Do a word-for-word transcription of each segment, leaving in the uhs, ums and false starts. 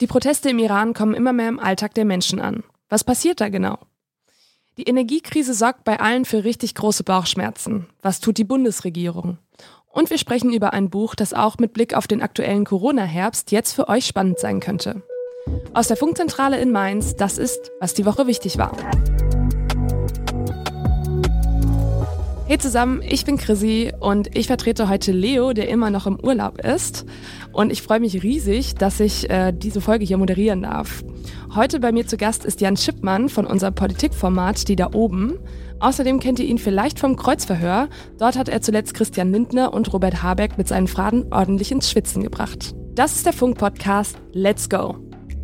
Die Proteste im Iran kommen immer mehr im Alltag der Menschen an. Was passiert da genau? Die Energiekrise sorgt bei allen für richtig große Bauchschmerzen. Was tut die Bundesregierung? Und wir sprechen über ein Buch, das auch mit Blick auf den aktuellen Corona-Herbst jetzt für euch spannend sein könnte. Aus der Funkzentrale in Mainz, das ist, was die Woche wichtig war. Hey zusammen, ich bin Chrissy und ich vertrete heute Leo, der immer noch im Urlaub ist. Und ich freue mich riesig, dass ich äh, diese Folge hier moderieren darf. Heute bei mir zu Gast ist Jan Schippmann von unserem Politikformat Die da oben. Außerdem kennt ihr ihn vielleicht vom Kreuzverhör. Dort hat er zuletzt Christian Lindner und Robert Habeck mit seinen Fragen ordentlich ins Schwitzen gebracht. Das ist der Funk-Podcast Let's Go!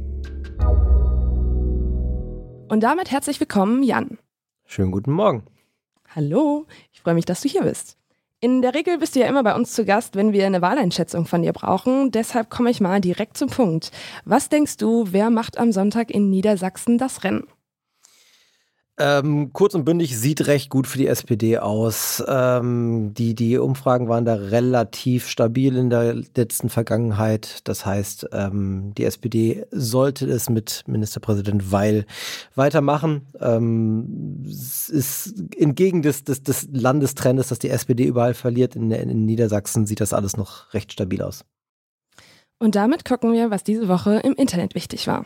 Und damit herzlich willkommen, Jan. Schönen guten Morgen. Hallo, ich freue mich, dass du hier bist. In der Regel bist du ja immer bei uns zu Gast, wenn wir eine Wahleinschätzung von dir brauchen. Deshalb komme ich mal direkt zum Punkt. Was denkst du, wer macht am Sonntag in Niedersachsen das Rennen? Ähm, kurz und bündig, sieht recht gut für die S P D aus. Ähm, die, die Umfragen waren da relativ stabil in der letzten Vergangenheit. Das heißt, ähm, die S P D sollte es mit Ministerpräsident Weil weitermachen. Ähm, es ist entgegen des, des, des Landestrendes, dass die S P D überall verliert. In, in Niedersachsen sieht das alles noch recht stabil aus. Und damit gucken wir, was diese Woche im Internet wichtig war.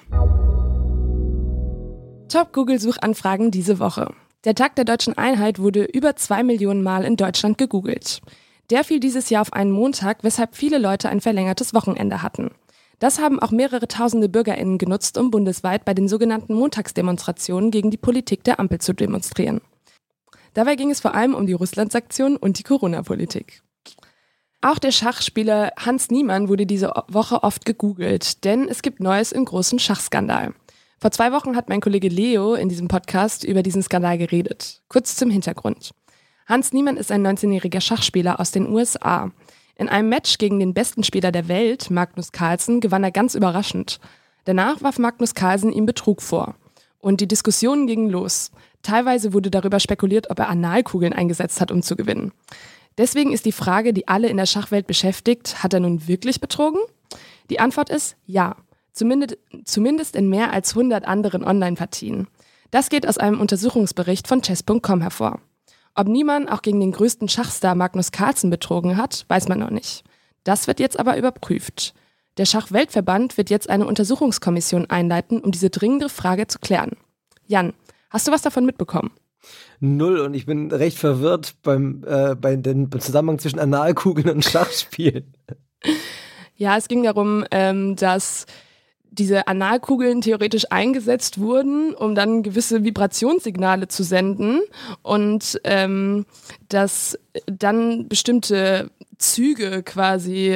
Top-Google-Suchanfragen diese Woche. Der Tag der Deutschen Einheit wurde über zwei Millionen Mal in Deutschland gegoogelt. Der fiel dieses Jahr auf einen Montag, weshalb viele Leute ein verlängertes Wochenende hatten. Das haben auch mehrere tausende BürgerInnen genutzt, um bundesweit bei den sogenannten Montagsdemonstrationen gegen die Politik der Ampel zu demonstrieren. Dabei ging es vor allem um die Russland-Sanktionen und die Corona-Politik. Auch der Schachspieler Hans Niemann wurde diese Woche oft gegoogelt, denn es gibt Neues im großen Schachskandal. Vor zwei Wochen hat mein Kollege Leo in diesem Podcast über diesen Skandal geredet. Kurz zum Hintergrund. Hans Niemann ist ein neunzehnjähriger Schachspieler aus den U S A. In einem Match gegen den besten Spieler der Welt, Magnus Carlsen, gewann er ganz überraschend. Danach warf Magnus Carlsen ihm Betrug vor. Und die Diskussionen gingen los. Teilweise wurde darüber spekuliert, ob er Analkugeln eingesetzt hat, um zu gewinnen. Deswegen ist die Frage, die alle in der Schachwelt beschäftigt, hat er nun wirklich betrogen? Die Antwort ist ja. Zumindest, zumindest in mehr als hundert anderen Online-Partien. Das geht aus einem Untersuchungsbericht von chess punkt com hervor. Ob Niemann auch gegen den größten Schachstar Magnus Carlsen betrogen hat, weiß man noch nicht. Das wird jetzt aber überprüft. Der Schachweltverband wird jetzt eine Untersuchungskommission einleiten, um diese dringende Frage zu klären. Jan, hast du was davon mitbekommen? Null, und ich bin recht verwirrt beim, äh, bei den, beim Zusammenhang zwischen Analkugeln und Schachspielen. Ja, es ging darum, ähm, dass diese Analkugeln theoretisch eingesetzt wurden, um dann gewisse Vibrationssignale zu senden und ähm, dass dann bestimmte Züge quasi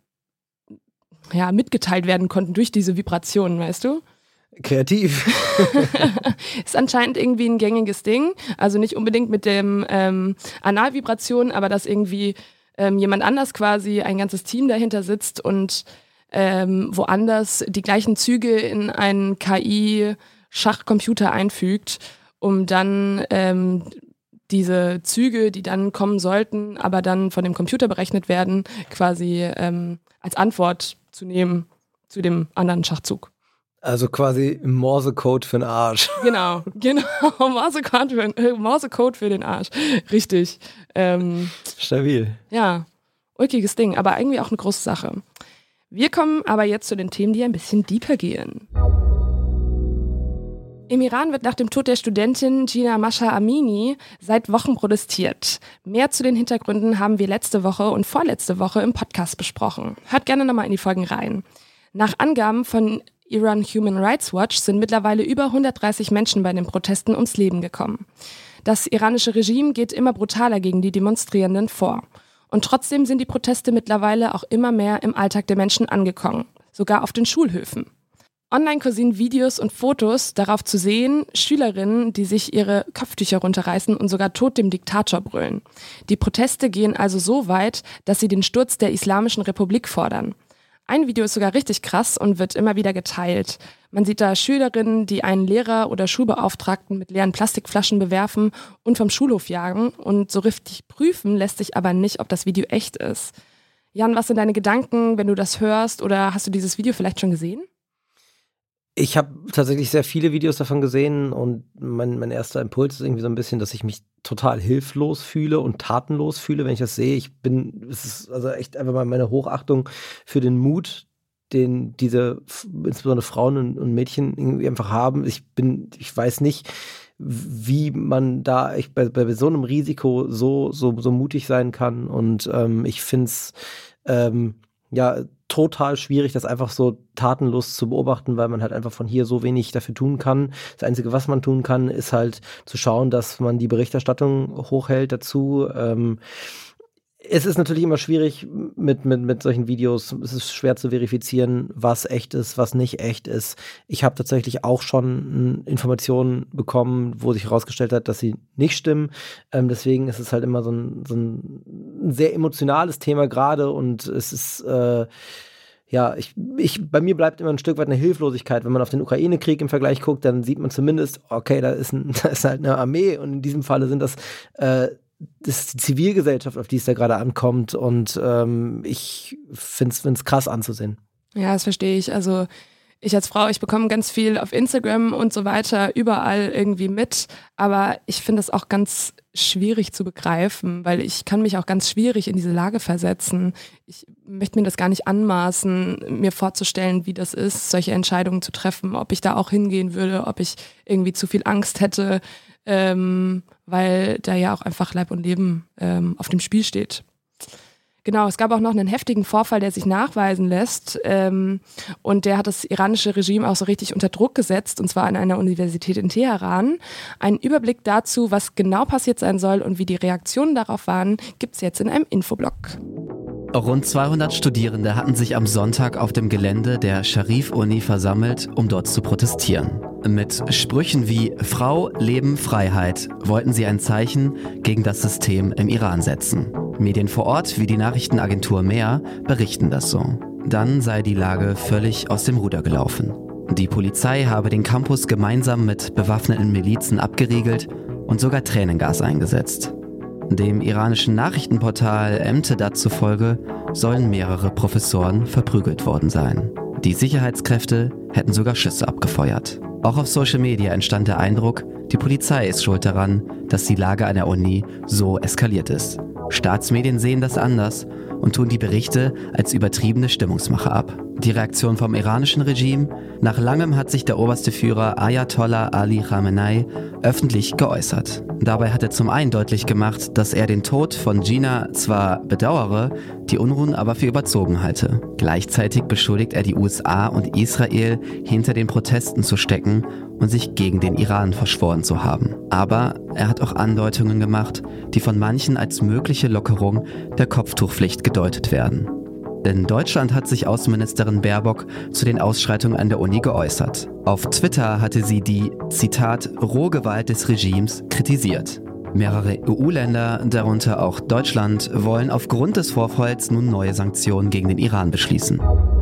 ja, mitgeteilt werden konnten durch diese Vibrationen, weißt du? Kreativ. Ist anscheinend irgendwie ein gängiges Ding, also nicht unbedingt mit dem ähm, Analvibration, aber dass irgendwie ähm, jemand anders quasi, ein ganzes Team dahinter sitzt und Ähm, woanders die gleichen Züge in einen K I-Schachcomputer einfügt, um dann ähm, diese Züge, die dann kommen sollten, aber dann von dem Computer berechnet werden, quasi ähm, als Antwort zu nehmen zu dem anderen Schachzug. Also quasi Morsecode für den Arsch. Genau, genau, Morsecode für, äh, Morsecode für den Arsch. Richtig. Ähm, Stabil. Ja, ulkiges Ding, aber irgendwie auch eine große Sache. Wir kommen aber jetzt zu den Themen, die ein bisschen deeper gehen. Im Iran wird nach dem Tod der Studentin Jina Mahsa Amini seit Wochen protestiert. Mehr zu den Hintergründen haben wir letzte Woche und vorletzte Woche im Podcast besprochen. Hört gerne nochmal in die Folgen rein. Nach Angaben von Iran Human Rights Watch sind mittlerweile über hundertdreißig Menschen bei den Protesten ums Leben gekommen. Das iranische Regime geht immer brutaler gegen die Demonstrierenden vor. Und trotzdem sind die Proteste mittlerweile auch immer mehr im Alltag der Menschen angekommen, sogar auf den Schulhöfen. Online kursieren Videos und Fotos darauf zu sehen, Schülerinnen, die sich ihre Kopftücher runterreißen und sogar tot dem Diktator brüllen. Die Proteste gehen also so weit, dass sie den Sturz der Islamischen Republik fordern. Ein Video ist sogar richtig krass und wird immer wieder geteilt. Man sieht da Schülerinnen, die einen Lehrer oder Schulbeauftragten mit leeren Plastikflaschen bewerfen und vom Schulhof jagen. Und so richtig prüfen lässt sich aber nicht, ob das Video echt ist. Jan, was sind deine Gedanken, wenn du das hörst, oder hast du dieses Video vielleicht schon gesehen? Ich habe tatsächlich sehr viele Videos davon gesehen und mein, mein erster Impuls ist irgendwie so ein bisschen, dass ich mich total hilflos fühle und tatenlos fühle, wenn ich das sehe. Ich bin, es ist also echt einfach mal meine Hochachtung für den Mut, den diese insbesondere Frauen und, und Mädchen irgendwie einfach haben. Ich bin, ich weiß nicht, wie man da ich bei, bei so einem Risiko so, so, so mutig sein kann. Und ähm, ich finde es ähm, ja total schwierig, das einfach so tatenlos zu beobachten, weil man halt einfach von hier so wenig dafür tun kann. Das Einzige, was man tun kann, ist halt zu schauen, dass man die Berichterstattung hochhält dazu. Ähm, Es ist natürlich immer schwierig mit, mit, mit solchen Videos. Es ist schwer zu verifizieren, was echt ist, was nicht echt ist. Ich habe tatsächlich auch schon Informationen bekommen, wo sich herausgestellt hat, dass sie nicht stimmen. Ähm, deswegen ist es halt immer so ein, so ein sehr emotionales Thema gerade und es ist äh, ja, ich, ich, bei mir bleibt immer ein Stück weit eine Hilflosigkeit. Wenn man auf den Ukraine-Krieg im Vergleich guckt, dann sieht man zumindest, okay, da ist, ein, da ist halt eine Armee und in diesem Falle sind das äh, das ist die Zivilgesellschaft, auf die es da gerade ankommt und ähm, ich finde es krass anzusehen. Ja, das verstehe ich. Also ich als Frau, ich bekomme ganz viel auf Instagram und so weiter überall irgendwie mit, aber ich finde es auch ganz schwierig zu begreifen, weil ich kann mich auch ganz schwierig in diese Lage versetzen. Ich möchte mir das gar nicht anmaßen, mir vorzustellen, wie das ist, solche Entscheidungen zu treffen, ob ich da auch hingehen würde, ob ich irgendwie zu viel Angst hätte, ähm, weil da ja auch einfach Leib und Leben ähm, auf dem Spiel steht. Genau, es gab auch noch einen heftigen Vorfall, der sich nachweisen lässt ähm, und der hat das iranische Regime auch so richtig unter Druck gesetzt und zwar an einer Universität in Teheran. Einen Überblick dazu, was genau passiert sein soll und wie die Reaktionen darauf waren, gibt's jetzt in einem Infoblog. Rund zweihundert Studierende hatten sich am Sonntag auf dem Gelände der Scharif-Uni versammelt, um dort zu protestieren. Mit Sprüchen wie Frau, Leben, Freiheit wollten sie ein Zeichen gegen das System im Iran setzen. Medien vor Ort wie die Nachrichtenagentur Mehr berichten das so. Dann sei die Lage völlig aus dem Ruder gelaufen. Die Polizei habe den Campus gemeinsam mit bewaffneten Milizen abgeriegelt und sogar Tränengas eingesetzt. Dem iranischen Nachrichtenportal Emtedat zufolge sollen mehrere Professoren verprügelt worden sein. Die Sicherheitskräfte hätten sogar Schüsse abgefeuert. Auch auf Social Media entstand der Eindruck, die Polizei ist schuld daran, dass die Lage an der Uni so eskaliert ist. Staatsmedien sehen das anders und tun die Berichte als übertriebene Stimmungsmache ab. Die Reaktion vom iranischen Regime: Nach langem hat sich der oberste Führer Ayatollah Ali Khamenei öffentlich geäußert. Dabei hat er zum einen deutlich gemacht, dass er den Tod von Gina zwar bedauere, die Unruhen aber für überzogen halte. Gleichzeitig beschuldigt er die U S A und Israel, hinter den Protesten zu stecken und sich gegen den Iran verschworen zu haben. Aber er hat auch Andeutungen gemacht, die von manchen als mögliche Lockerung der Kopftuchpflicht gedeutet werden. Denn Deutschland hat sich Außenministerin Baerbock zu den Ausschreitungen an der Uni geäußert. Auf Twitter hatte sie die, Zitat, Rohgewalt des Regimes kritisiert. Mehrere E U-Länder, darunter auch Deutschland, wollen aufgrund des Vorfalls nun neue Sanktionen gegen den Iran beschließen.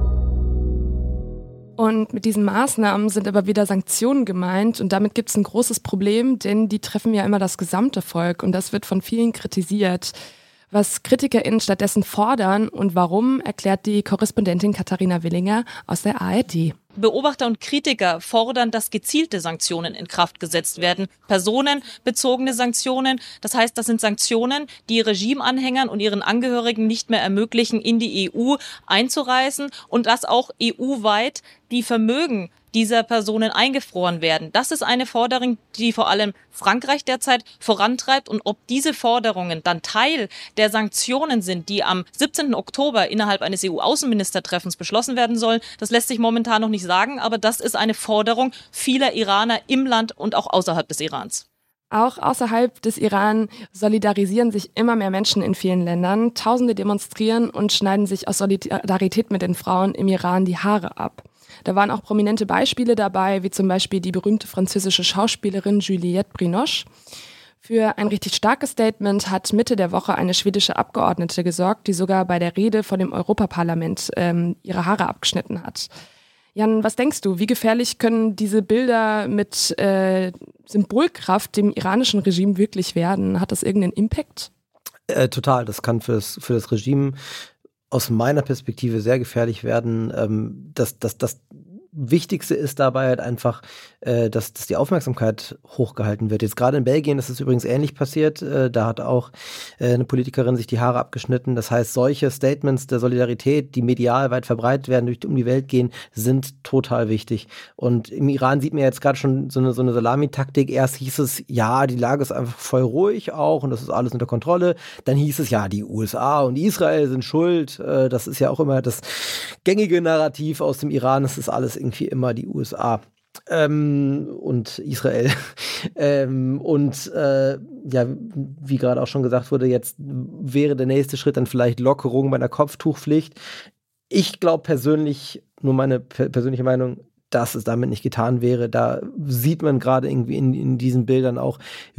Und mit diesen Maßnahmen sind aber wieder Sanktionen gemeint und damit gibt es ein großes Problem, denn die treffen ja immer das gesamte Volk und das wird von vielen kritisiert. Was KritikerInnen stattdessen fordern und warum, erklärt die Korrespondentin Katharina Willinger aus der A R D. Beobachter und Kritiker fordern, dass gezielte Sanktionen in Kraft gesetzt werden. Personenbezogene Sanktionen. Das heißt, das sind Sanktionen, die Regimeanhängern und ihren Angehörigen nicht mehr ermöglichen, in die E U einzureisen und dass auch E U-weit die Vermögen dieser Personen eingefroren werden. Das ist eine Forderung, die vor allem Frankreich derzeit vorantreibt. Und ob diese Forderungen dann Teil der Sanktionen sind, die am siebzehnten Oktober innerhalb eines E U-Außenministertreffens beschlossen werden sollen, das lässt sich momentan noch nicht sagen. Aber das ist eine Forderung vieler Iraner im Land und auch außerhalb des Irans. Auch außerhalb des Iran solidarisieren sich immer mehr Menschen in vielen Ländern. Tausende demonstrieren und schneiden sich aus Solidarität mit den Frauen im Iran die Haare ab. Da waren auch prominente Beispiele dabei, wie zum Beispiel die berühmte französische Schauspielerin Juliette Binoche. Für ein richtig starkes Statement hat Mitte der Woche eine schwedische Abgeordnete gesorgt, die sogar bei der Rede vor dem Europaparlament ähm, ihre Haare abgeschnitten hat. Jan, was denkst du, wie gefährlich können diese Bilder mit äh, Symbolkraft dem iranischen Regime wirklich werden? Hat das irgendeinen Impact? Äh, total, das kann für das, für das Regime aus meiner Perspektive sehr gefährlich werden. Ähm, das, das, das Wichtigste ist dabei halt einfach, äh, dass, dass die Aufmerksamkeit hochgehalten wird. Jetzt gerade in Belgien ist es übrigens ähnlich passiert. Äh, da hat auch äh, eine Politikerin sich die Haare abgeschnitten. Das heißt, solche Statements der Solidarität, die medial weit verbreitet werden, durch um die Welt gehen, sind total wichtig. Und im Iran sieht man jetzt gerade schon so eine, so eine Salamitaktik. Erst hieß es, ja, die Lage ist einfach voll ruhig auch und das ist alles unter Kontrolle. Dann hieß es, ja, die U S A und Israel sind schuld. Äh, das ist ja auch immer das gängige Narrativ aus dem Iran. Das ist alles irgendwie immer die U S A ähm, und Israel. ähm, und äh, ja, wie gerade auch schon gesagt wurde, jetzt wäre der nächste Schritt dann vielleicht Lockerung bei einer Kopftuchpflicht. Ich glaube persönlich, nur meine per- persönliche Meinung, dass es damit nicht getan wäre. Da sieht man gerade irgendwie in, in diesen Bildern auch,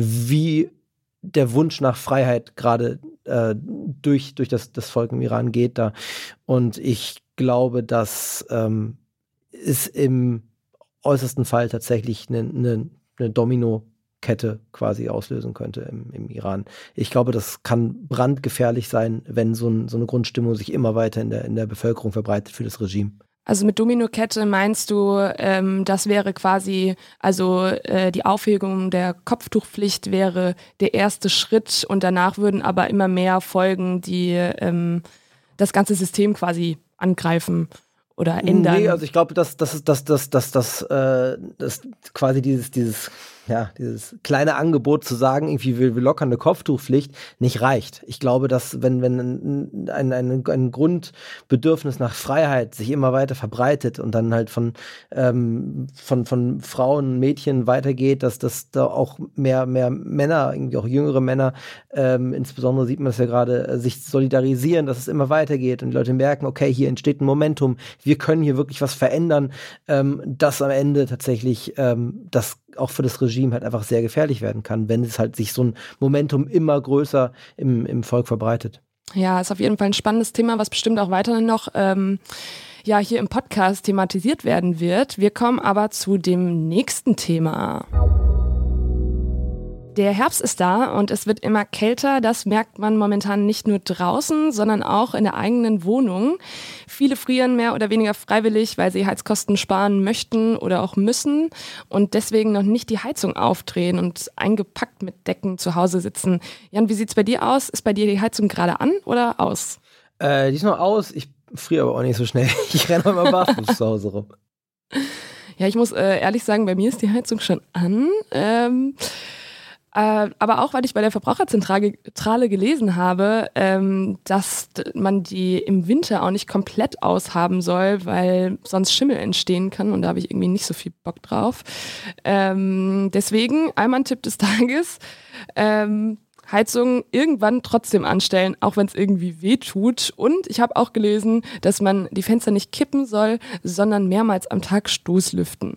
wie der Wunsch nach Freiheit gerade äh, durch, durch das, das Volk im Iran geht da. Und ich glaube, dass ähm, es im äußersten Fall tatsächlich eine, eine, eine Domino-Kette quasi auslösen könnte im, im Iran. Ich glaube, das kann brandgefährlich sein, wenn so, ein, so eine Grundstimmung sich immer weiter in der, in der Bevölkerung verbreitet für das Regime. Also mit Dominokette meinst du, ähm, das wäre quasi, also äh, die Aufhebung der Kopftuchpflicht wäre der erste Schritt und danach würden aber immer mehr folgen, die ähm, das ganze System quasi angreifen oder ändern? Nee, also ich glaube, dass das dass, dass, dass, dass, äh, dass quasi dieses, dieses, ja, dieses kleine Angebot zu sagen, irgendwie wir, wir lockern eine Kopftuchpflicht, nicht reicht. Ich glaube, dass wenn, wenn ein, ein, ein, ein Grundbedürfnis nach Freiheit sich immer weiter verbreitet und dann halt von, ähm, von, von Frauen, Mädchen weitergeht, dass das da auch mehr, mehr Männer, irgendwie auch jüngere Männer, ähm, insbesondere sieht man es ja gerade, äh, sich solidarisieren, dass es immer weitergeht und die Leute merken, okay, hier entsteht ein Momentum, wir können hier wirklich was verändern, ähm, dass am Ende tatsächlich ähm, das auch für das Regime halt einfach sehr gefährlich werden kann, wenn es halt sich so ein Momentum immer größer im, im Volk verbreitet. Ja, ist auf jeden Fall ein spannendes Thema, was bestimmt auch weiterhin noch ähm, ja, hier im Podcast thematisiert werden wird. Wir kommen aber zu dem nächsten Thema. Der Herbst ist da und es wird immer kälter. Das merkt man momentan nicht nur draußen, sondern auch in der eigenen Wohnung. Viele frieren mehr oder weniger freiwillig, weil sie Heizkosten sparen möchten oder auch müssen und deswegen noch nicht die Heizung aufdrehen und eingepackt mit Decken zu Hause sitzen. Jan, wie sieht's bei dir aus? Ist bei dir die Heizung gerade an oder aus? Äh, die ist noch aus. Ich friere aber auch nicht so schnell. Ich renne immer barfuß zu Hause rum. Ja, ich muss äh, ehrlich sagen, bei mir ist die Heizung schon an. Ähm... Äh, aber auch, weil ich bei der Verbraucherzentrale gelesen habe, ähm, dass man die im Winter auch nicht komplett aushaben soll, weil sonst Schimmel entstehen kann und da habe ich irgendwie nicht so viel Bock drauf. Ähm, deswegen einmal ein Tipp des Tages, ähm, Heizung irgendwann trotzdem anstellen, auch wenn es irgendwie weh tut. Und ich habe auch gelesen, dass man die Fenster nicht kippen soll, sondern mehrmals am Tag Stoßlüften.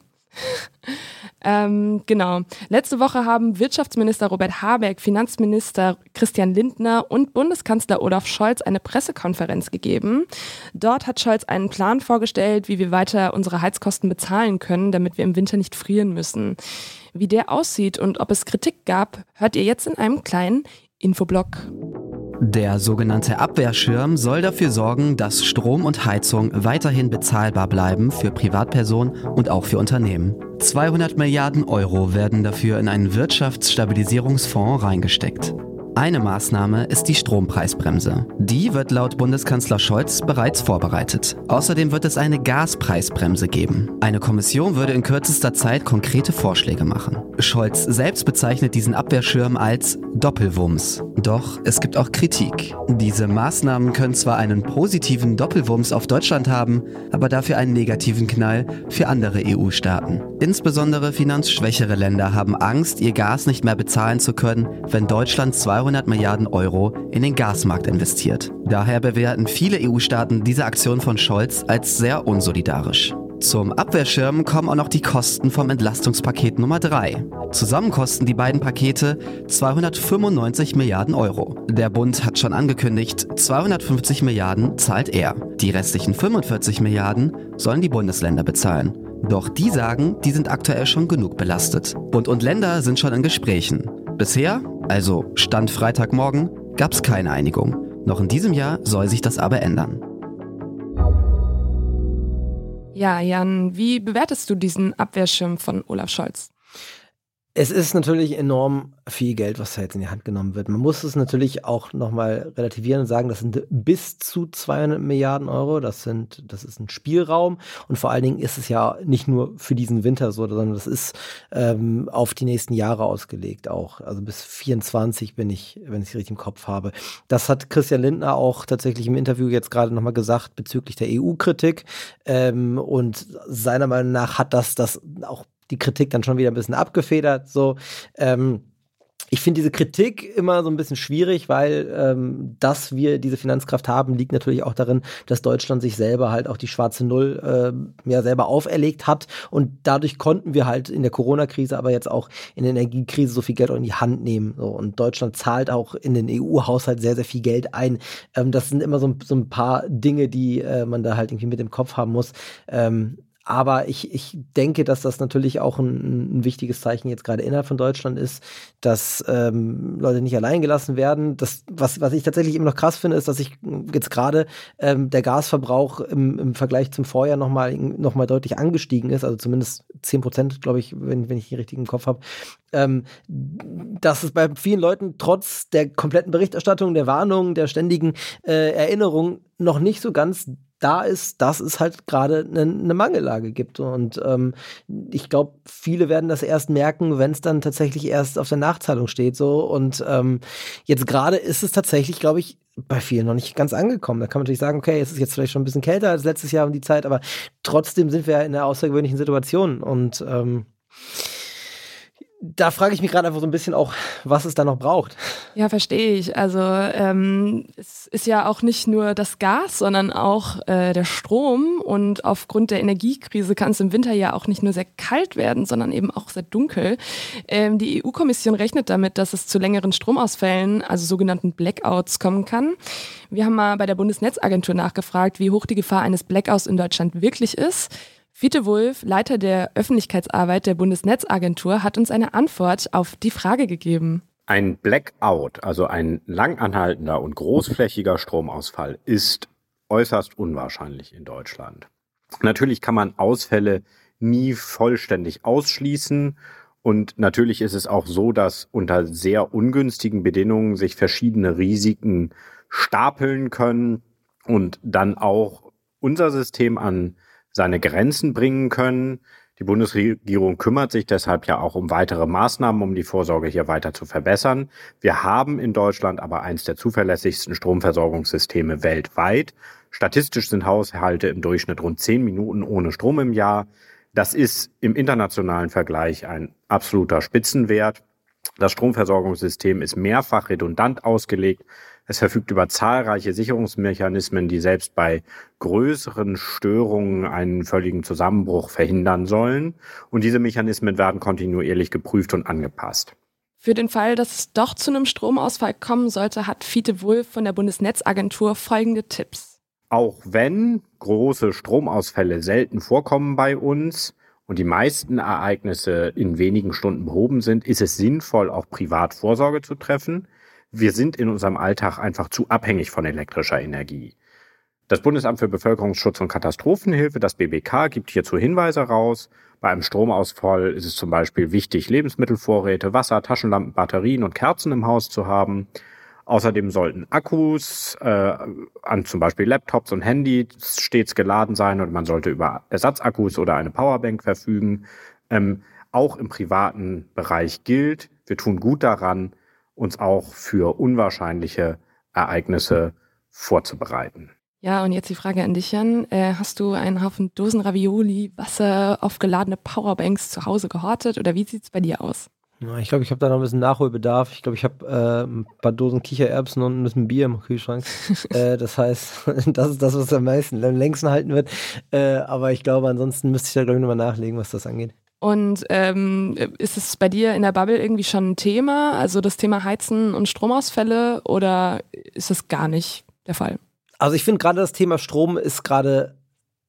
Ähm, genau. Letzte Woche haben Wirtschaftsminister Robert Habeck, Finanzminister Christian Lindner und Bundeskanzler Olaf Scholz eine Pressekonferenz gegeben. Dort hat Scholz einen Plan vorgestellt, wie wir weiter unsere Heizkosten bezahlen können, damit wir im Winter nicht frieren müssen. Wie der aussieht und ob es Kritik gab, hört ihr jetzt in einem kleinen Infoblock. Der sogenannte Abwehrschirm soll dafür sorgen, dass Strom und Heizung weiterhin bezahlbar bleiben für Privatpersonen und auch für Unternehmen. zweihundert Milliarden Euro werden dafür in einen Wirtschaftsstabilisierungsfonds reingesteckt. Eine Maßnahme ist die Strompreisbremse. Die wird laut Bundeskanzler Scholz bereits vorbereitet. Außerdem wird es eine Gaspreisbremse geben. Eine Kommission würde in kürzester Zeit konkrete Vorschläge machen. Scholz selbst bezeichnet diesen Abwehrschirm als Doppelwumms. Doch es gibt auch Kritik. Diese Maßnahmen können zwar einen positiven Doppelwumms auf Deutschland haben, aber dafür einen negativen Knall für andere E U-Staaten. Insbesondere finanzschwächere Länder haben Angst, ihr Gas nicht mehr bezahlen zu können, wenn Deutschland zweihundert Milliarden Euro in den Gasmarkt investiert. Daher bewerten viele E U-Staaten diese Aktion von Scholz als sehr unsolidarisch. Zum Abwehrschirm kommen auch noch die Kosten vom Entlastungspaket Nummer drei. Zusammen kosten die beiden Pakete zweihundertfünfundneunzig Milliarden Euro. Der Bund hat schon angekündigt, zweihundertfünfzig Milliarden zahlt er. Die restlichen fünfundvierzig Milliarden sollen die Bundesländer bezahlen. Doch die sagen, die sind aktuell schon genug belastet. Bund und Länder sind schon in Gesprächen. Bisher, also Stand Freitagmorgen, gab es keine Einigung. Noch in diesem Jahr soll sich das aber ändern. Ja, Jan, wie bewertest du diesen Abwehrschirm von Olaf Scholz? Es ist natürlich enorm viel Geld, was da jetzt in die Hand genommen wird. Man muss es natürlich auch nochmal relativieren und sagen, das sind bis zu zweihundert Milliarden Euro. Das sind, das ist ein Spielraum. Und vor allen Dingen ist es ja nicht nur für diesen Winter so, sondern das ist ähm, auf die nächsten Jahre ausgelegt auch. Also bis vierundzwanzig bin ich, wenn ich es richtig im Kopf habe. Das hat Christian Lindner auch tatsächlich im Interview jetzt gerade nochmal gesagt bezüglich der E U-Kritik. Ähm, und seiner Meinung nach hat das das auch die Kritik dann schon wieder ein bisschen abgefedert. So, ähm, ich finde diese Kritik immer so ein bisschen schwierig, weil ähm, dass wir diese Finanzkraft haben, liegt natürlich auch darin, dass Deutschland sich selber halt auch die schwarze Null äh, ja selber auferlegt hat und dadurch konnten wir halt in der Corona-Krise, aber jetzt auch in der Energiekrise so viel Geld auch in die Hand nehmen. So. Und Deutschland zahlt auch in den E U-Haushalt sehr, sehr viel Geld ein. Ähm, das sind immer so, so ein paar Dinge, die äh, man da halt irgendwie mit im Kopf haben muss. Ähm, Aber ich, ich denke, dass das natürlich auch ein, ein wichtiges Zeichen jetzt gerade innerhalb von Deutschland ist, dass ähm, Leute nicht allein gelassen werden. Das, was, was ich tatsächlich immer noch krass finde, ist, dass ich jetzt gerade ähm, der Gasverbrauch im, im Vergleich zum Vorjahr nochmal noch mal deutlich angestiegen ist, also zumindest zehn Prozent, glaube ich, wenn, wenn ich den richtigen Kopf habe. Ähm, dass es bei vielen Leuten trotz der kompletten Berichterstattung, der Warnung, der ständigen äh, Erinnerung noch nicht so ganz da ist, dass es halt gerade eine ne Mangellage gibt. Und ähm, ich glaube, viele werden das erst merken, wenn es dann tatsächlich erst auf der Nachzahlung steht. So. Und ähm, jetzt gerade ist es tatsächlich, glaube ich, bei vielen noch nicht ganz angekommen. Da kann man natürlich sagen, okay, es ist jetzt vielleicht schon ein bisschen kälter als letztes Jahr um die Zeit, aber trotzdem sind wir ja in einer außergewöhnlichen Situation. Und ähm, da frage ich mich gerade einfach so ein bisschen auch, was es da noch braucht. Ja, verstehe ich. Also ähm, es ist ja auch nicht nur das Gas, sondern auch äh, der Strom. Und aufgrund der Energiekrise kann es im Winter ja auch nicht nur sehr kalt werden, sondern eben auch sehr dunkel. Ähm, die E U-Kommission rechnet damit, dass es zu längeren Stromausfällen, also sogenannten Blackouts, kommen kann. Wir haben mal bei der Bundesnetzagentur nachgefragt, wie hoch die Gefahr eines Blackouts in Deutschland wirklich ist. Fiete Wulff, Leiter der Öffentlichkeitsarbeit der Bundesnetzagentur, hat uns eine Antwort auf die Frage gegeben. Ein Blackout, also ein langanhaltender und großflächiger Stromausfall, ist äußerst unwahrscheinlich in Deutschland. Natürlich kann man Ausfälle nie vollständig ausschließen und natürlich ist es auch so, dass unter sehr ungünstigen Bedingungen sich verschiedene Risiken stapeln können und dann auch unser System an seine Grenzen bringen können. Die Bundesregierung kümmert sich deshalb ja auch um weitere Maßnahmen, um die Vorsorge hier weiter zu verbessern. Wir haben in Deutschland aber eines der zuverlässigsten Stromversorgungssysteme weltweit. Statistisch sind Haushalte im Durchschnitt rund zehn Minuten ohne Strom im Jahr. Das ist im internationalen Vergleich ein absoluter Spitzenwert. Das Stromversorgungssystem ist mehrfach redundant ausgelegt. Es verfügt über zahlreiche Sicherungsmechanismen, die selbst bei größeren Störungen einen völligen Zusammenbruch verhindern sollen. Und diese Mechanismen werden kontinuierlich geprüft und angepasst. Für den Fall, dass es doch zu einem Stromausfall kommen sollte, hat Fiete Wulff von der Bundesnetzagentur folgende Tipps. Auch wenn große Stromausfälle selten vorkommen bei uns und die meisten Ereignisse in wenigen Stunden behoben sind, ist es sinnvoll, auch privat Vorsorge zu treffen. Wir sind in unserem Alltag einfach zu abhängig von elektrischer Energie. Das Bundesamt für Bevölkerungsschutz und Katastrophenhilfe, das B B K, gibt hierzu Hinweise raus. Bei einem Stromausfall ist es zum Beispiel wichtig, Lebensmittelvorräte, Wasser, Taschenlampen, Batterien und Kerzen im Haus zu haben. Außerdem sollten Akkus äh, an zum Beispiel Laptops und Handys stets geladen sein und man sollte über Ersatzakkus oder eine Powerbank verfügen. Ähm, auch im privaten Bereich gilt, wir tun gut daran, uns auch für unwahrscheinliche Ereignisse vorzubereiten. Ja, und jetzt die Frage an dich, Jan. Äh, hast du einen Haufen Dosen Ravioli, Wasser, aufgeladene Powerbanks zu Hause gehortet oder wie sieht's bei dir aus? Ja, ich glaube, ich habe da noch ein bisschen Nachholbedarf. Ich glaube, ich habe äh, ein paar Dosen Kichererbsen und ein bisschen Bier im Kühlschrank. äh, das heißt, das ist das, was am meisten, am längsten halten wird. Äh, aber ich glaube, ansonsten müsste ich da, glaube ich, nochmal nachlegen, was das angeht. Und ähm, ist es bei dir in der Bubble irgendwie schon ein Thema, also das Thema Heizen und Stromausfälle, oder ist das gar nicht der Fall? Also ich finde gerade das Thema Strom ist gerade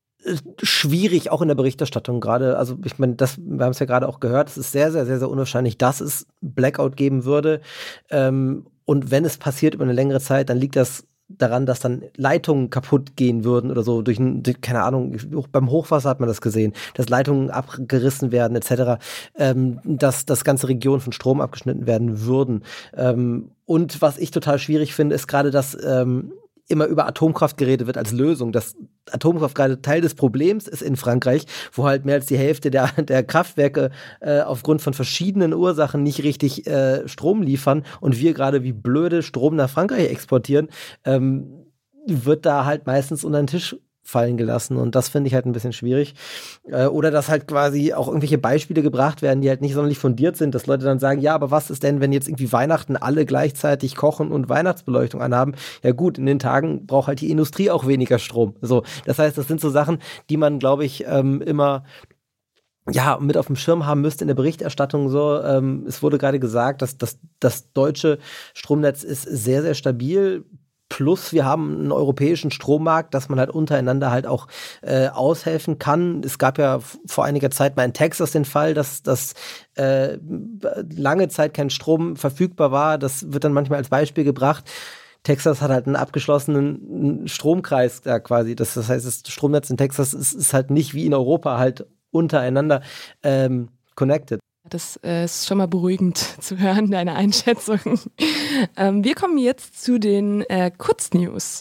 schwierig, auch in der Berichterstattung gerade. Also ich meine, das, wir haben es ja gerade auch gehört, es ist sehr, sehr, sehr, sehr unwahrscheinlich, dass es Blackout geben würde. Ähm, und wenn es passiert über eine längere Zeit, dann liegt das daran, dass dann Leitungen kaputt gehen würden oder so, durch, durch keine Ahnung, beim Hochwasser hat man das gesehen, dass Leitungen abgerissen werden et cetera, ähm, dass, dass ganze Regionen von Strom abgeschnitten werden würden. Ähm, und was ich total schwierig finde, ist gerade, dass ähm, immer über Atomkraft geredet wird als Lösung. Dass Atomkraft gerade Teil des Problems ist in Frankreich, wo halt mehr als die Hälfte der, der Kraftwerke äh, aufgrund von verschiedenen Ursachen nicht richtig äh, Strom liefern und wir gerade wie blöde Strom nach Frankreich exportieren, ähm, wird da halt meistens unter den Tisch fallen gelassen und das finde ich halt ein bisschen schwierig. Äh, oder dass halt quasi auch irgendwelche Beispiele gebracht werden, die halt nicht sonderlich fundiert sind, dass Leute dann sagen, ja, aber was ist denn, wenn jetzt irgendwie Weihnachten alle gleichzeitig kochen und Weihnachtsbeleuchtung anhaben? Ja gut, in den Tagen braucht halt die Industrie auch weniger Strom. So, das heißt, das sind so Sachen, die man, glaube ich, ähm, immer ja, mit auf dem Schirm haben müsste in der Berichterstattung so. Ähm, es wurde gerade gesagt, dass, dass das deutsche Stromnetz ist sehr, sehr stabil. Plus wir haben einen europäischen Strommarkt, dass man halt untereinander halt auch äh, aushelfen kann. Es gab ja f- vor einiger Zeit mal in Texas den Fall, dass, dass äh, lange Zeit kein Strom verfügbar war. Das wird dann manchmal als Beispiel gebracht. Texas hat halt einen abgeschlossenen Stromkreis da quasi. Das, das heißt, das Stromnetz in Texas ist, ist halt nicht wie in Europa halt untereinander ähm, connected. Das äh, ist schon mal beruhigend zu hören, deine Einschätzung. ähm, wir kommen jetzt zu den äh, Kurznews.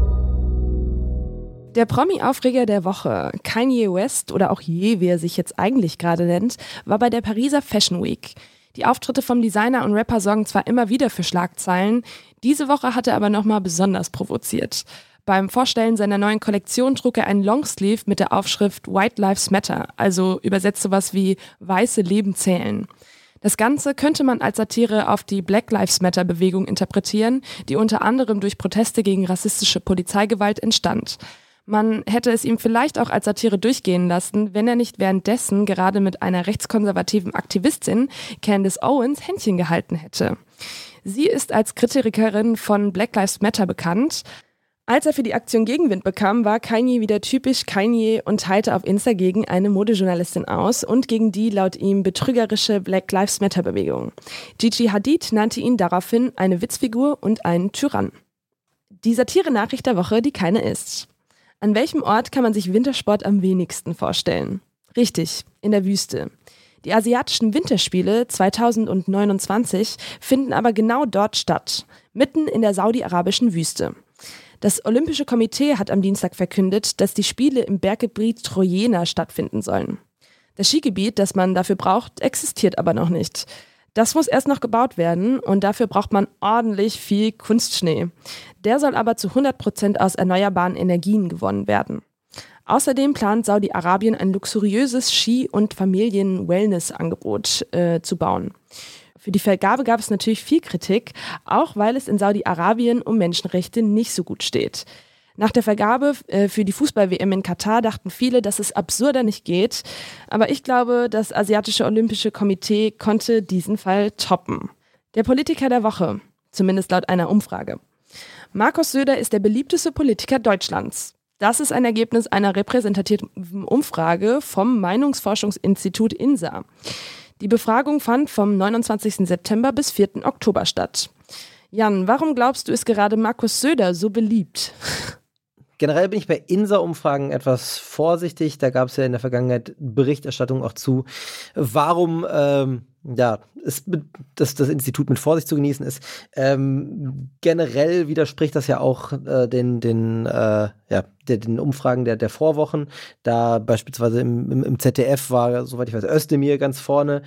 Der Promi-Aufreger der Woche, Kanye West oder auch Ye, wie er sich jetzt eigentlich gerade nennt, war bei der Pariser Fashion Week. Die Auftritte vom Designer und Rapper sorgen zwar immer wieder für Schlagzeilen, diese Woche hat er aber nochmal besonders provoziert. Beim Vorstellen seiner neuen Kollektion trug er einen Longsleeve mit der Aufschrift White Lives Matter, also übersetzt sowas wie weiße Leben zählen. Das Ganze könnte man als Satire auf die Black Lives Matter Bewegung interpretieren, die unter anderem durch Proteste gegen rassistische Polizeigewalt entstand. Man hätte es ihm vielleicht auch als Satire durchgehen lassen, wenn er nicht währenddessen gerade mit einer rechtskonservativen Aktivistin, Candace Owens, Händchen gehalten hätte. Sie ist als Kritikerin von Black Lives Matter bekannt. Als er für die Aktion Gegenwind bekam, war Kanye wieder typisch Kanye und teilte auf Insta gegen eine Modejournalistin aus und gegen die laut ihm betrügerische Black Lives Matter Bewegung. Gigi Hadid nannte ihn daraufhin eine Witzfigur und einen Tyrann. Die Satire-Nachricht der Woche, die keine ist. An welchem Ort kann man sich Wintersport am wenigsten vorstellen? Richtig, in der Wüste. Die asiatischen Winterspiele zweitausendneunundzwanzig finden aber genau dort statt, mitten in der saudi-arabischen Wüste. Das Olympische Komitee hat am Dienstag verkündet, dass die Spiele im Berggebiet Trojena stattfinden sollen. Das Skigebiet, das man dafür braucht, existiert aber noch nicht. Das muss erst noch gebaut werden und dafür braucht man ordentlich viel Kunstschnee. Der soll aber zu hundert Prozent aus erneuerbaren Energien gewonnen werden. Außerdem plant Saudi-Arabien ein luxuriöses Ski- und Familien-Wellness-Angebot äh, zu bauen. Für die Vergabe gab es natürlich viel Kritik, auch weil es in Saudi-Arabien um Menschenrechte nicht so gut steht. Nach der Vergabe äh, für die Fußball-W M in Katar dachten viele, dass es absurder nicht geht. Aber ich glaube, das Asiatische Olympische Komitee konnte diesen Fall toppen. Der Politiker der Woche, zumindest laut einer Umfrage. Markus Söder ist der beliebteste Politiker Deutschlands. Das ist ein Ergebnis einer repräsentativen Umfrage vom Meinungsforschungsinstitut INSA. Die Befragung fand vom neunundzwanzigsten September bis vierten Oktober statt. Jan, warum glaubst du, ist gerade Markus Söder so beliebt? Generell bin ich bei INSA-Umfragen etwas vorsichtig. Da gab es ja in der Vergangenheit Berichterstattung auch zu. Warum ähm, ja, es, das, das Institut mit Vorsicht zu genießen ist. Ähm, generell widerspricht das ja auch äh, den, den, äh, ja, der, den Umfragen der, der Vorwochen. Da beispielsweise im, im, im Z D F war, soweit ich weiß, Özdemir ganz vorne.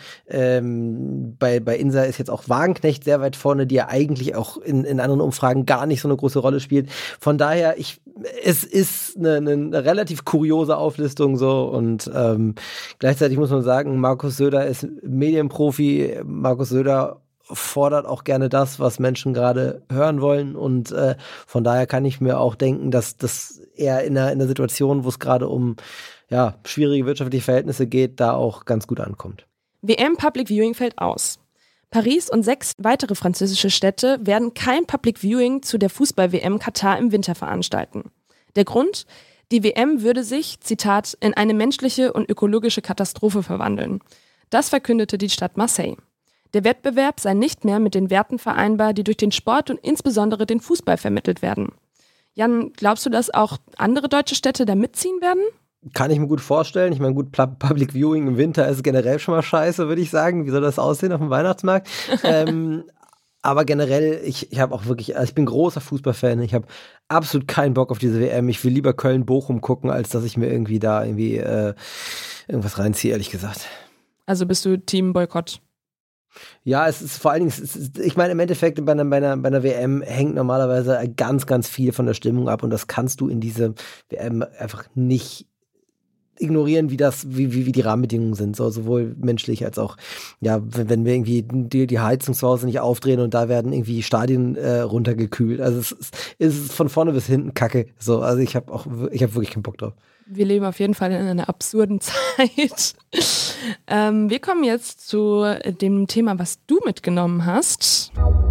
Ähm, bei, bei INSA ist jetzt auch Wagenknecht sehr weit vorne, die ja eigentlich auch in, in anderen Umfragen gar nicht so eine große Rolle spielt. Von daher, ich, es ist eine, eine relativ kuriose Auflistung so und ähm, gleichzeitig muss man sagen, Markus Söder ist Medienprofi. Markus Söder fordert auch gerne das, was Menschen gerade hören wollen und äh, von daher kann ich mir auch denken, dass, dass er in einer, in einer Situation, wo es gerade um ja, schwierige wirtschaftliche Verhältnisse geht, da auch ganz gut ankommt. W M Public Viewing fällt aus. Paris und sechs weitere französische Städte werden kein Public Viewing zu der Fußball-W M Katar im Winter veranstalten. Der Grund? Die W M würde sich, Zitat, in eine menschliche und ökologische Katastrophe verwandeln. Das verkündete die Stadt Marseille. Der Wettbewerb sei nicht mehr mit den Werten vereinbar, die durch den Sport und insbesondere den Fußball vermittelt werden. Jan, glaubst du, dass auch andere deutsche Städte da mitziehen werden? Kann ich mir gut vorstellen. Ich meine, gut, Public Viewing im Winter ist generell schon mal scheiße, würde ich sagen. Wie soll das aussehen auf dem Weihnachtsmarkt? ähm, aber generell, ich, ich habe auch wirklich, also ich bin großer Fußballfan. Ich habe absolut keinen Bock auf diese W M. Ich will lieber Köln-Bochum gucken, als dass ich mir irgendwie da irgendwie äh, irgendwas reinziehe, ehrlich gesagt. Also bist du Team Boykott? Ja, es ist vor allen Dingen, es ist, ich meine, im Endeffekt bei einer, bei, einer, bei einer W M hängt normalerweise ganz, ganz viel von der Stimmung ab und das kannst du in diese W M einfach nicht ignorieren, wie das, wie, wie, wie die Rahmenbedingungen sind, so, sowohl menschlich als auch, ja, wenn, wenn wir irgendwie die, die Heizung zu Hause nicht aufdrehen und da werden irgendwie Stadien äh, runtergekühlt. Also es ist, es ist von vorne bis hinten Kacke. So, also ich habe auch, ich habe wirklich keinen Bock drauf. Wir leben auf jeden Fall in einer absurden Zeit. ähm, wir kommen jetzt zu dem Thema, was du mitgenommen hast.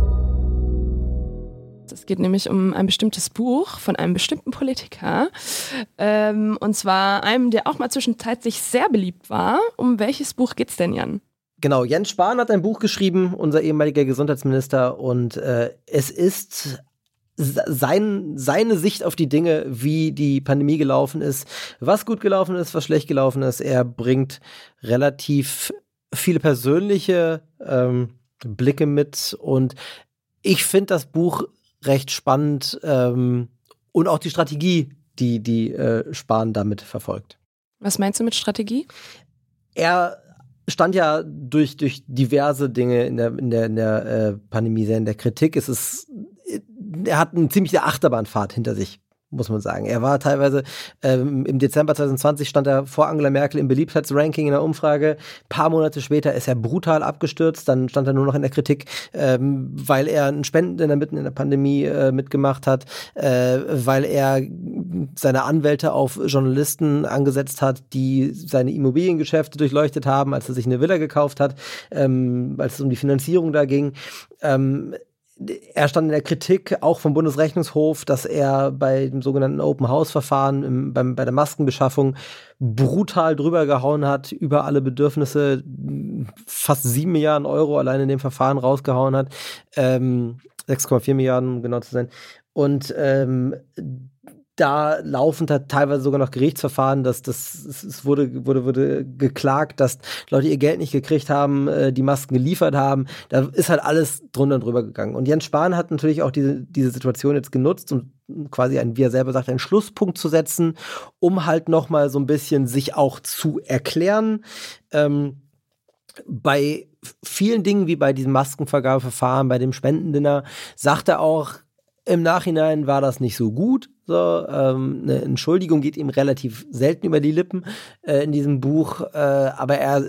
Es geht nämlich um ein bestimmtes Buch von einem bestimmten Politiker. Ähm, und zwar einem, der auch mal zwischenzeitlich sehr beliebt war. Um welches Buch geht's denn, Jan? Genau, Jens Spahn hat ein Buch geschrieben, unser ehemaliger Gesundheitsminister. Und äh, es ist sein, seine Sicht auf die Dinge, wie die Pandemie gelaufen ist, was gut gelaufen ist, was schlecht gelaufen ist. Er bringt relativ viele persönliche ähm, Blicke mit. Und ich finde das Buch recht spannend ähm, und auch die Strategie, die, die äh, Spahn damit verfolgt. Was meinst du mit Strategie? Er stand ja durch, durch diverse Dinge in der, in der, in der äh, Pandemie sehr in der Kritik. Es ist, er hat eine ziemliche Achterbahnfahrt hinter sich, muss man sagen. Er war teilweise, ähm, im Dezember zwanzig zwanzig stand er vor Angela Merkel im Beliebtheitsranking in der Umfrage. Ein paar Monate später ist er brutal abgestürzt. Dann stand er nur noch in der Kritik, ähm, weil er einen Spenden mitten in der Pandemie äh, mitgemacht hat, äh, weil er seine Anwälte auf Journalisten angesetzt hat, die seine Immobiliengeschäfte durchleuchtet haben, als er sich eine Villa gekauft hat, ähm, als es um die Finanzierung da ging. Ähm, Er stand in der Kritik, auch vom Bundesrechnungshof, dass er bei dem sogenannten Open-House-Verfahren im, beim, bei der Maskenbeschaffung brutal drüber gehauen hat, über alle Bedürfnisse, fast sieben Milliarden Euro allein in dem Verfahren rausgehauen hat, ähm, sechs Komma vier Milliarden, um genau zu sein. Und ähm, da laufen da teilweise sogar noch Gerichtsverfahren, dass das es wurde wurde wurde geklagt, dass Leute ihr Geld nicht gekriegt haben, äh, die Masken geliefert haben. Da ist halt alles drunter und drüber gegangen. Und Jens Spahn hat natürlich auch diese diese Situation jetzt genutzt, um quasi einen, wie er selber sagt, einen Schlusspunkt zu setzen, um halt noch mal so ein bisschen sich auch zu erklären. Ähm, bei vielen Dingen wie bei diesem Maskenvergabeverfahren, bei dem Spendendinner, sagt er auch, im Nachhinein war das nicht so gut. So, ähm, eine Entschuldigung geht ihm relativ selten über die Lippen äh, in diesem Buch, äh, aber er,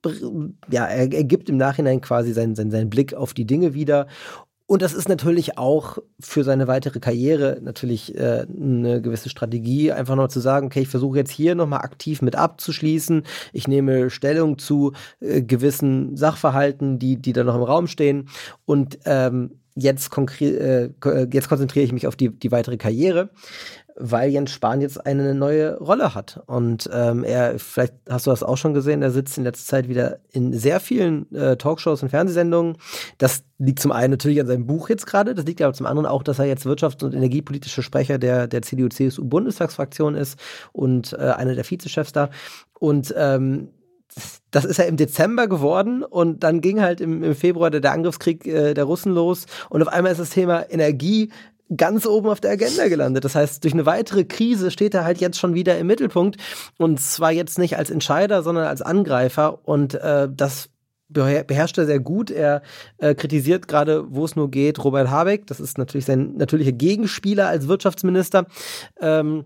ja, er, er gibt im Nachhinein quasi seinen, seinen, seinen Blick auf die Dinge wieder. Und das ist natürlich auch für seine weitere Karriere natürlich äh, eine gewisse Strategie, einfach noch zu sagen, okay, ich versuche jetzt hier nochmal aktiv mit abzuschließen. Ich nehme Stellung zu äh, gewissen Sachverhalten, die, die da noch im Raum stehen. Und ähm, Jetzt, konkret, äh, jetzt konzentriere ich mich auf die, die weitere Karriere, weil Jens Spahn jetzt eine neue Rolle hat. Und ähm, er, vielleicht hast du das auch schon gesehen, er sitzt in letzter Zeit wieder in sehr vielen äh, Talkshows und Fernsehsendungen. Das liegt zum einen natürlich an seinem Buch jetzt gerade, das liegt aber zum anderen auch, dass er jetzt wirtschafts- und energiepolitischer Sprecher der, der C D U-C S U-Bundestagsfraktion ist und äh, einer der Vizechefs da. Und ähm, das ist ja im Dezember geworden und dann ging halt im, im Februar der, der Angriffskrieg äh, der Russen los und auf einmal ist das Thema Energie ganz oben auf der Agenda gelandet. Das heißt, durch eine weitere Krise steht er halt jetzt schon wieder im Mittelpunkt und zwar jetzt nicht als Entscheider, sondern als Angreifer und äh, das beherrscht er sehr gut. Er äh, kritisiert gerade, wo es nur geht, Robert Habeck. Das ist natürlich sein natürlicher Gegenspieler als Wirtschaftsminister ähm,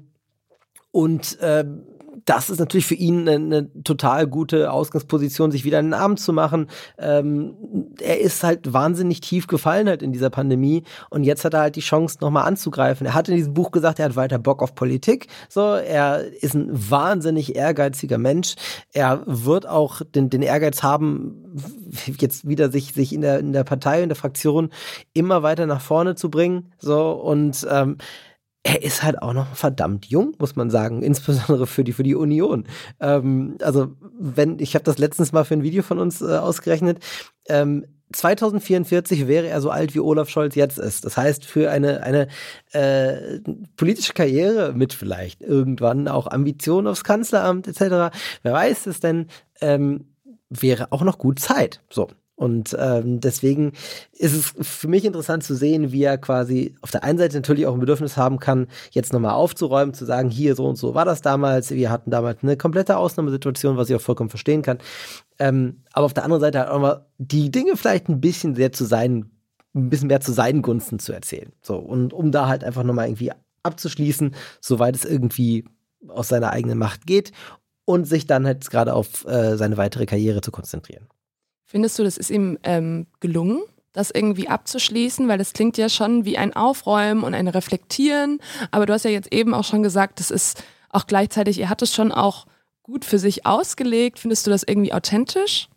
und äh, das ist natürlich für ihn eine, eine total gute Ausgangsposition, sich wieder einen Namen zu machen. Ähm, er ist halt wahnsinnig tief gefallen halt in dieser Pandemie und jetzt hat er halt die Chance, nochmal anzugreifen. Er hat in diesem Buch gesagt, er hat weiter Bock auf Politik. So, er ist ein wahnsinnig ehrgeiziger Mensch. Er wird auch den, den Ehrgeiz haben, jetzt wieder sich, sich in der, in der Partei, in der Fraktion immer weiter nach vorne zu bringen. So, und ähm, er ist halt auch noch verdammt jung, muss man sagen, insbesondere für die für die Union. Ähm, also wenn ich habe das letztens mal für ein Video von uns äh, ausgerechnet. Ähm, zweitausendvierundvierzig wäre er so alt, wie Olaf Scholz jetzt ist. Das heißt, für eine, eine äh, politische Karriere mit vielleicht irgendwann auch Ambitionen aufs Kanzleramt et cetera, wer weiß es denn, ähm, wäre auch noch gut Zeit. So. Und ähm, deswegen ist es für mich interessant zu sehen, wie er quasi auf der einen Seite natürlich auch ein Bedürfnis haben kann, jetzt nochmal aufzuräumen, zu sagen, hier so und so war das damals, wir hatten damals eine komplette Ausnahmesituation, was ich auch vollkommen verstehen kann. Ähm, aber auf der anderen Seite halt auch mal die Dinge vielleicht ein bisschen sehr zu seinen, ein bisschen mehr zu seinen Gunsten zu erzählen. So, und um da halt einfach nochmal irgendwie abzuschließen, soweit es irgendwie aus seiner eigenen Macht geht und sich dann halt gerade auf äh, seine weitere Karriere zu konzentrieren. Findest du, das ist ihm ähm, gelungen, das irgendwie abzuschließen? Weil das klingt ja schon wie ein Aufräumen und ein Reflektieren. Aber du hast ja jetzt eben auch schon gesagt, das ist auch gleichzeitig, er hat es schon auch gut für sich ausgelegt. Findest du das irgendwie authentisch?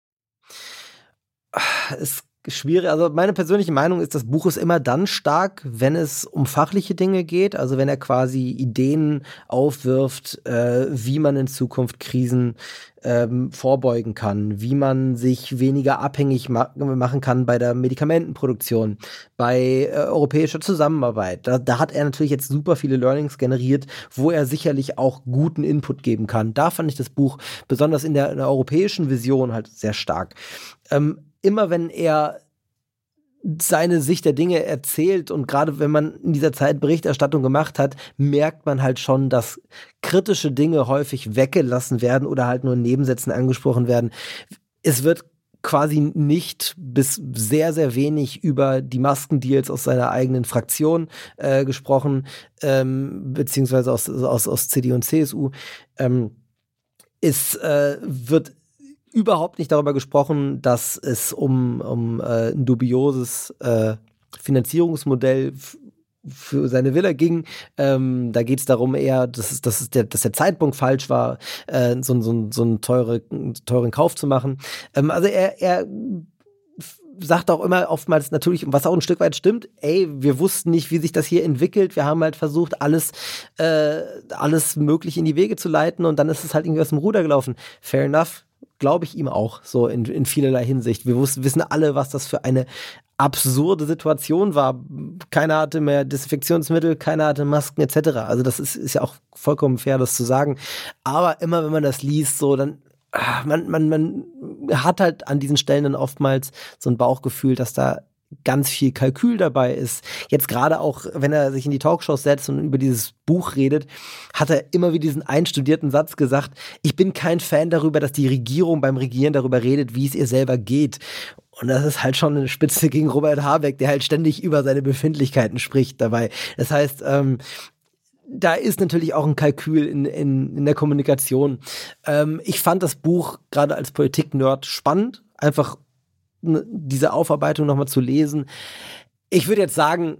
Es schwierig. Also meine persönliche Meinung ist, das Buch ist immer dann stark, wenn es um fachliche Dinge geht, also wenn er quasi Ideen aufwirft, äh, wie man in Zukunft Krisen ähm, vorbeugen kann, wie man sich weniger abhängig ma- machen kann bei der Medikamentenproduktion, bei äh, europäischer Zusammenarbeit. Da, da hat er natürlich jetzt super viele Learnings generiert, wo er sicherlich auch guten Input geben kann. Da fand ich das Buch besonders in der, in der europäischen Vision halt sehr stark. Ähm, immer wenn er seine Sicht der Dinge erzählt und gerade wenn man in dieser Zeit Berichterstattung gemacht hat, merkt man halt schon, dass kritische Dinge häufig weggelassen werden oder halt nur in Nebensätzen angesprochen werden. Es wird quasi nicht bis sehr, sehr wenig über die Maskendeals aus seiner eigenen Fraktion äh, gesprochen, ähm, beziehungsweise aus, aus, aus C D U und C S U. Ähm, es äh, wird überhaupt nicht darüber gesprochen, dass es um, um äh, ein dubioses äh, Finanzierungsmodell f- für seine Villa ging. Ähm, da geht es darum eher, dass, es, dass, es der, dass der Zeitpunkt falsch war, äh, so, so, so einen teure, teuren Kauf zu machen. Ähm, also er, er sagt auch immer oftmals natürlich, was auch ein Stück weit stimmt, ey, wir wussten nicht, wie sich das hier entwickelt. Wir haben halt versucht, alles, äh, alles möglich in die Wege zu leiten und dann ist es halt irgendwie aus dem Ruder gelaufen. Fair enough. Glaube ich ihm auch, so in, in vielerlei Hinsicht. Wir wussten, wissen alle, was das für eine absurde Situation war. Keiner hatte mehr Desinfektionsmittel, keiner hatte Masken et cetera. Also das ist, ist ja auch vollkommen fair, das zu sagen. Aber immer, wenn man das liest, so dann man, man, man hat halt an diesen Stellen dann oftmals so ein Bauchgefühl, dass da ganz viel Kalkül dabei ist. Jetzt gerade auch, wenn er sich in die Talkshows setzt und über dieses Buch redet, hat er immer wieder diesen einstudierten Satz gesagt, ich bin kein Fan darüber, dass die Regierung beim Regieren darüber redet, wie es ihr selber geht. Und das ist halt schon eine Spitze gegen Robert Habeck, der halt ständig über seine Befindlichkeiten spricht dabei. Das heißt, ähm, da ist natürlich auch ein Kalkül in, in, in der Kommunikation. Ähm, ich fand das Buch gerade als Politik-Nerd spannend, einfach diese Aufarbeitung nochmal zu lesen. Ich würde jetzt sagen,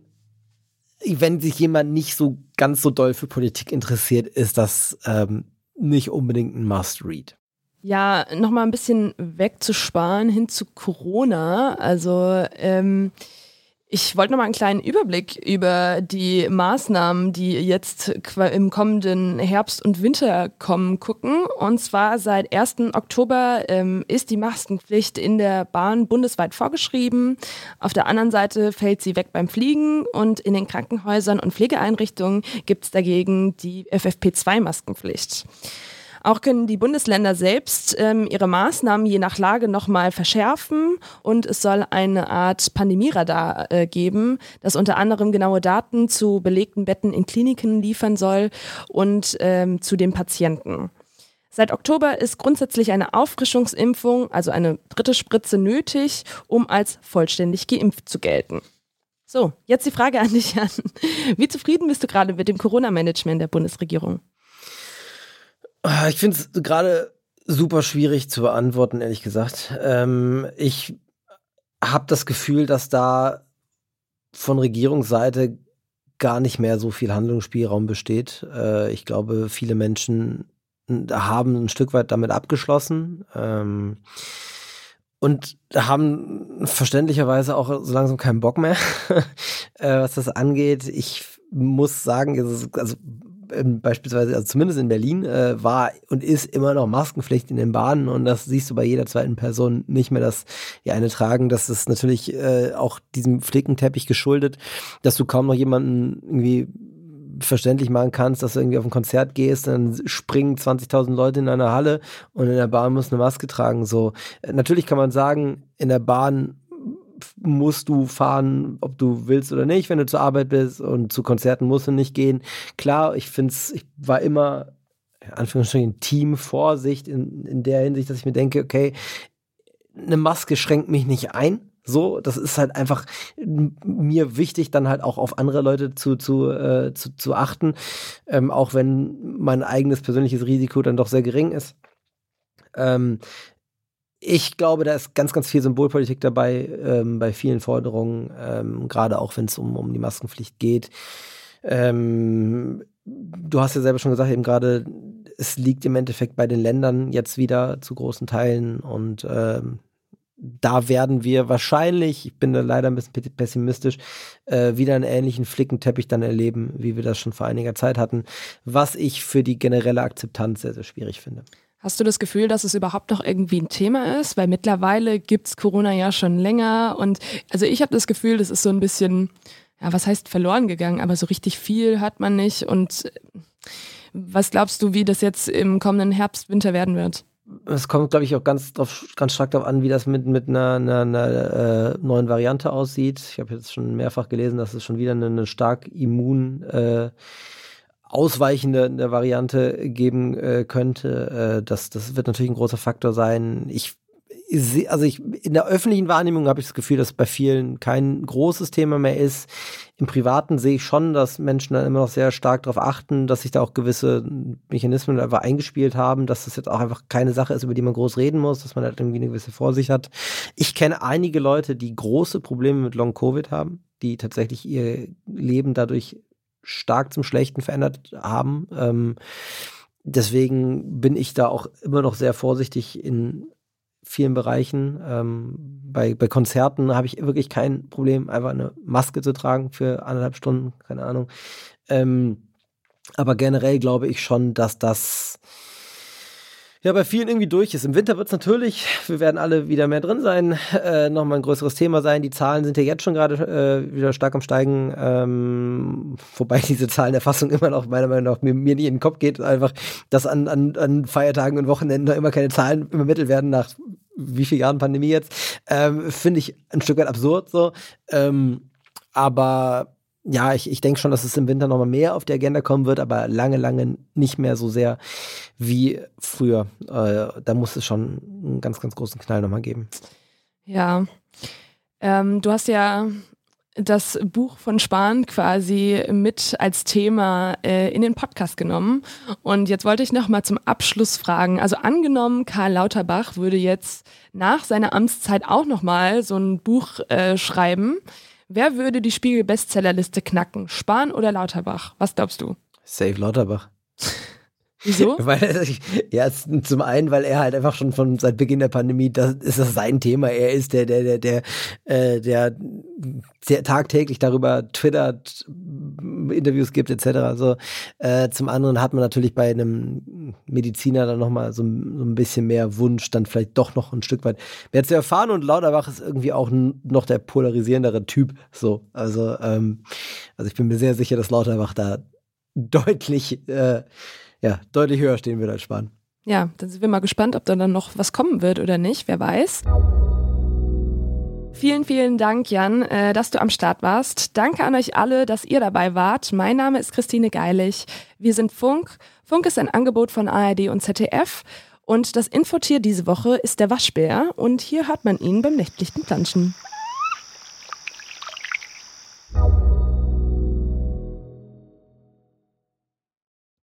wenn sich jemand nicht so ganz so doll für Politik interessiert, ist das ähm, nicht unbedingt ein Must-Read. Ja, nochmal ein bisschen wegzusparen hin zu Corona. Also ähm, ich wollte nochmal einen kleinen Überblick über die Maßnahmen, die jetzt im kommenden Herbst und Winter kommen, gucken. Und zwar seit ersten Oktober ähm, ist die Maskenpflicht in der Bahn bundesweit vorgeschrieben. Auf der anderen Seite fällt sie weg beim Fliegen und in den Krankenhäusern und Pflegeeinrichtungen gibt es dagegen die F F P zwei Maskenpflicht. Auch können die Bundesländer selbst ähm, ihre Maßnahmen je nach Lage nochmal verschärfen und es soll eine Art Pandemieradar äh, geben, das unter anderem genaue Daten zu belegten Betten in Kliniken liefern soll und ähm, zu den Patienten. Seit Oktober ist grundsätzlich eine Auffrischungsimpfung, also eine dritte Spritze nötig, um als vollständig geimpft zu gelten. So, jetzt die Frage an dich, Jan. Wie zufrieden bist du gerade mit dem Corona-Management der Bundesregierung? Ich finde es gerade super schwierig zu beantworten, ehrlich gesagt. Ähm, ich habe das Gefühl, dass da von Regierungsseite gar nicht mehr so viel Handlungsspielraum besteht. Äh, ich glaube, viele Menschen haben ein Stück weit damit abgeschlossen ähm, und haben verständlicherweise auch so langsam keinen Bock mehr, äh, was das angeht. Ich muss sagen, also ähm, beispielsweise, also zumindest in Berlin, äh, war und ist immer noch Maskenpflicht in den Bahnen und das siehst du bei jeder zweiten Person nicht mehr, dass die eine tragen. Das ist natürlich äh, auch diesem Flickenteppich geschuldet, dass du kaum noch jemanden irgendwie verständlich machen kannst, dass du irgendwie auf ein Konzert gehst, dann springen zwanzigtausend Leute in einer Halle und in der Bahn muss eine Maske tragen. So, natürlich kann man sagen, in der Bahn musst du fahren, ob du willst oder nicht, wenn du zur Arbeit bist, und zu Konzerten musst du nicht gehen. Klar, ich finde es, ich war immer, in Anführungsstrichen, Team Vorsicht in, in der Hinsicht, dass ich mir denke, okay, eine Maske schränkt mich nicht ein. So, das ist halt einfach mir wichtig, dann halt auch auf andere Leute zu, zu, äh, zu, zu achten, ähm, auch wenn mein eigenes persönliches Risiko dann doch sehr gering ist. Ähm, Ich glaube, da ist ganz, ganz viel Symbolpolitik dabei, ähm, bei vielen Forderungen, ähm, gerade auch wenn es um, um die Maskenpflicht geht. Ähm, du hast ja selber schon gesagt, eben gerade, es liegt im Endeffekt bei den Ländern jetzt wieder zu großen Teilen und ähm, da werden wir wahrscheinlich, ich bin da leider ein bisschen pessimistisch, äh, wieder einen ähnlichen Flickenteppich dann erleben, wie wir das schon vor einiger Zeit hatten, was ich für die generelle Akzeptanz sehr, sehr schwierig finde. Hast du das Gefühl, dass es überhaupt noch irgendwie ein Thema ist? Weil mittlerweile gibt's Corona ja schon länger und also ich habe das Gefühl, das ist so ein bisschen, ja, was heißt verloren gegangen, aber so richtig viel hat man nicht. Und was glaubst du, wie das jetzt im kommenden Herbst, Winter werden wird? Es kommt, glaube ich, auch ganz, drauf, ganz stark darauf an, wie das mit, mit einer, einer, einer äh, neuen Variante aussieht. Ich habe jetzt schon mehrfach gelesen, dass es schon wieder eine, eine stark immun äh, ausweichende eine Variante geben äh, könnte. Äh, das, das wird natürlich ein großer Faktor sein. Ich sehe, also ich, in der öffentlichen Wahrnehmung habe ich das Gefühl, dass bei vielen kein großes Thema mehr ist. Im Privaten sehe ich schon, dass Menschen dann immer noch sehr stark darauf achten, dass sich da auch gewisse Mechanismen einfach eingespielt haben, dass das jetzt auch einfach keine Sache ist, über die man groß reden muss, dass man halt irgendwie eine gewisse Vorsicht hat. Ich kenne einige Leute, die große Probleme mit Long-Covid haben, die tatsächlich ihr Leben dadurch stark zum Schlechten verändert haben. Ähm, deswegen bin ich da auch immer noch sehr vorsichtig in vielen Bereichen. Ähm, bei, bei Konzerten habe ich wirklich kein Problem, einfach eine Maske zu tragen für anderthalb Stunden, keine Ahnung. Ähm, aber generell glaube ich schon, dass das ja bei vielen irgendwie durch ist. Im Winter wird es natürlich, wir werden alle wieder mehr drin sein, äh, nochmal ein größeres Thema sein. Die Zahlen sind ja jetzt schon gerade äh, wieder stark am Steigen, ähm, wobei diese Zahlenerfassung immer noch meiner Meinung nach mir, mir nicht in den Kopf geht, einfach, dass an, an, an Feiertagen und Wochenenden immer keine Zahlen übermittelt werden nach wie vielen Jahren Pandemie jetzt, ähm, finde ich ein Stück weit absurd so. Ähm, aber ja, ich, ich denke schon, dass es im Winter nochmal mehr auf die Agenda kommen wird, aber lange, lange nicht mehr so sehr wie früher. Äh, da muss es schon einen ganz, ganz großen Knall nochmal geben. Ja, ähm, du hast ja das Buch von Spahn quasi mit als Thema äh, in den Podcast genommen. Und jetzt wollte ich noch mal zum Abschluss fragen, also angenommen, Karl Lauterbach würde jetzt nach seiner Amtszeit auch noch mal so ein Buch äh, schreiben. Wer würde die Spiegel-Bestsellerliste knacken? Spahn oder Lauterbach? Was glaubst du? Safe Lauterbach. Wieso? Weil, ja, zum einen, weil er halt einfach schon von seit Beginn der Pandemie, das ist das sein Thema. Er ist der, der, der, der, äh, der, der tagtäglich darüber twittert, Interviews gibt et cetera. Also äh, zum anderen hat man natürlich bei einem Mediziner dann nochmal so, so ein bisschen mehr Wunsch, dann vielleicht doch noch ein Stück weit mehr zu erfahren. Und Lauterbach ist irgendwie auch noch der polarisierendere Typ. So, also, ähm, also ich bin mir sehr sicher, dass Lauterbach da deutlich äh, Ja, deutlich höher stehen wird als Spahn. Ja, dann sind wir mal gespannt, ob da dann noch was kommen wird oder nicht, wer weiß. Vielen, vielen Dank, Jan, äh, dass du am Start warst. Danke an euch alle, dass ihr dabei wart. Mein Name ist Christine Geilig. Wir sind Funk. Funk ist ein Angebot von A R D und Z D F. Und das Infotier diese Woche ist der Waschbär. Und hier hört man ihn beim nächtlichen Planschen.